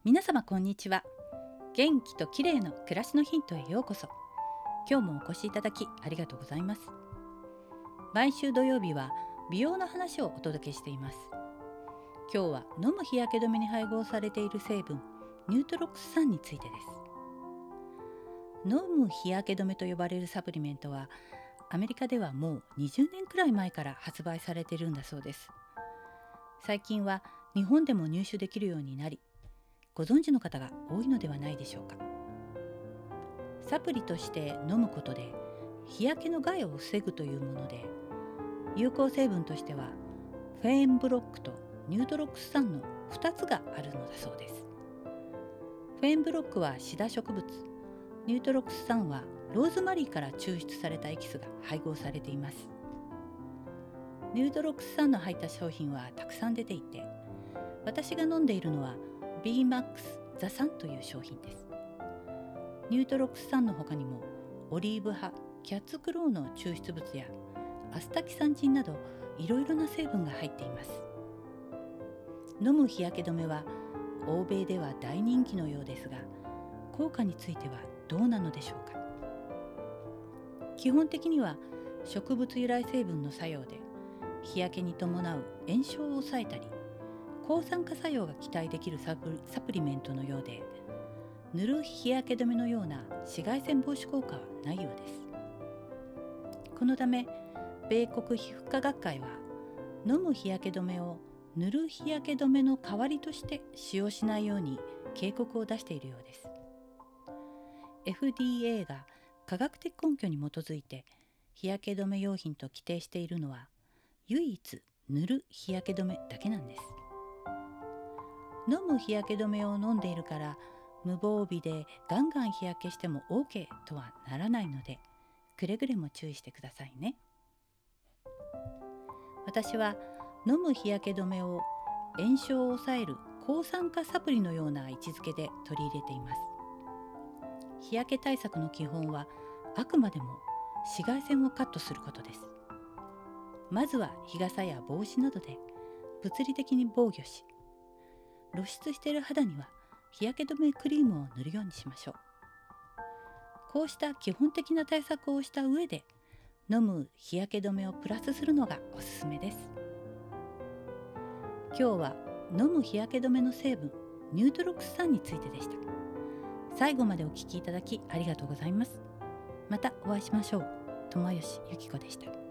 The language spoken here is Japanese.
皆様こんにちは。元気と綺麗の暮らしのヒントへようこそ。今日もお越しいただきありがとうございます。毎週土曜日は美容の話をお届けしています。今日は飲む日焼け止めに配合されている成分ニュートロクス酸についてです。飲む日焼け止めと呼ばれるサプリメントはアメリカではもう20年くらい前から発売されているんだそうです。最近は日本でも入手できるようになり、ご存知の方が多いのではないでしょうか。サプリとして飲むことで日焼けの害を防ぐというもので、有効成分としてはフェーンブロックとニュートロクス酸の2つがあるのだそうです。フェーンブロックはシダ植物、ニュートロクス酸はローズマリーから抽出されたエキスが配合されています。ニュートロクス酸の入った商品はたくさん出ていて、私が飲んでいるのはBMAXザサンという商品です。ニュートロクス酸の他にもオリーブ葉、キャッツクロウの抽出物やアスタキサンチンなどいろいろな成分が入っています。飲む日焼け止めは欧米では大人気のようですが、効果についてはどうなのでしょうか。基本的には植物由来成分の作用で日焼けに伴う炎症を抑えたり抗酸化作用が期待できるサプリメントのようで、塗る日焼け止めのような紫外線防止効果はないようです。このため米国皮膚科学会は飲む日焼け止めを塗る日焼け止めの代わりとして使用しないように警告を出しているようです。 FDA が科学的根拠に基づいて日焼け止め用品と規定しているのは唯一塗る日焼け止めだけなんです。飲む日焼け止めを飲んでいるから無防備でガンガン日焼けしても OK とはならないので、くれぐれも注意してくださいね。私は飲む日焼け止めを炎症を抑える抗酸化サプリのような位置づけで取り入れています。日焼け対策の基本はあくまでも紫外線をカットすることです。まずは日傘や帽子などで物理的に防御し、露出している肌には日焼け止めクリームを塗るようにしましょう。こうした基本的な対策をした上で飲む日焼け止めをプラスするのがおすすめです。今日は飲む日焼け止めの成分ニュートロクス酸についてでした。最後までお聞きいただきありがとうございます。またお会いしましょう。友吉ゆき子でした。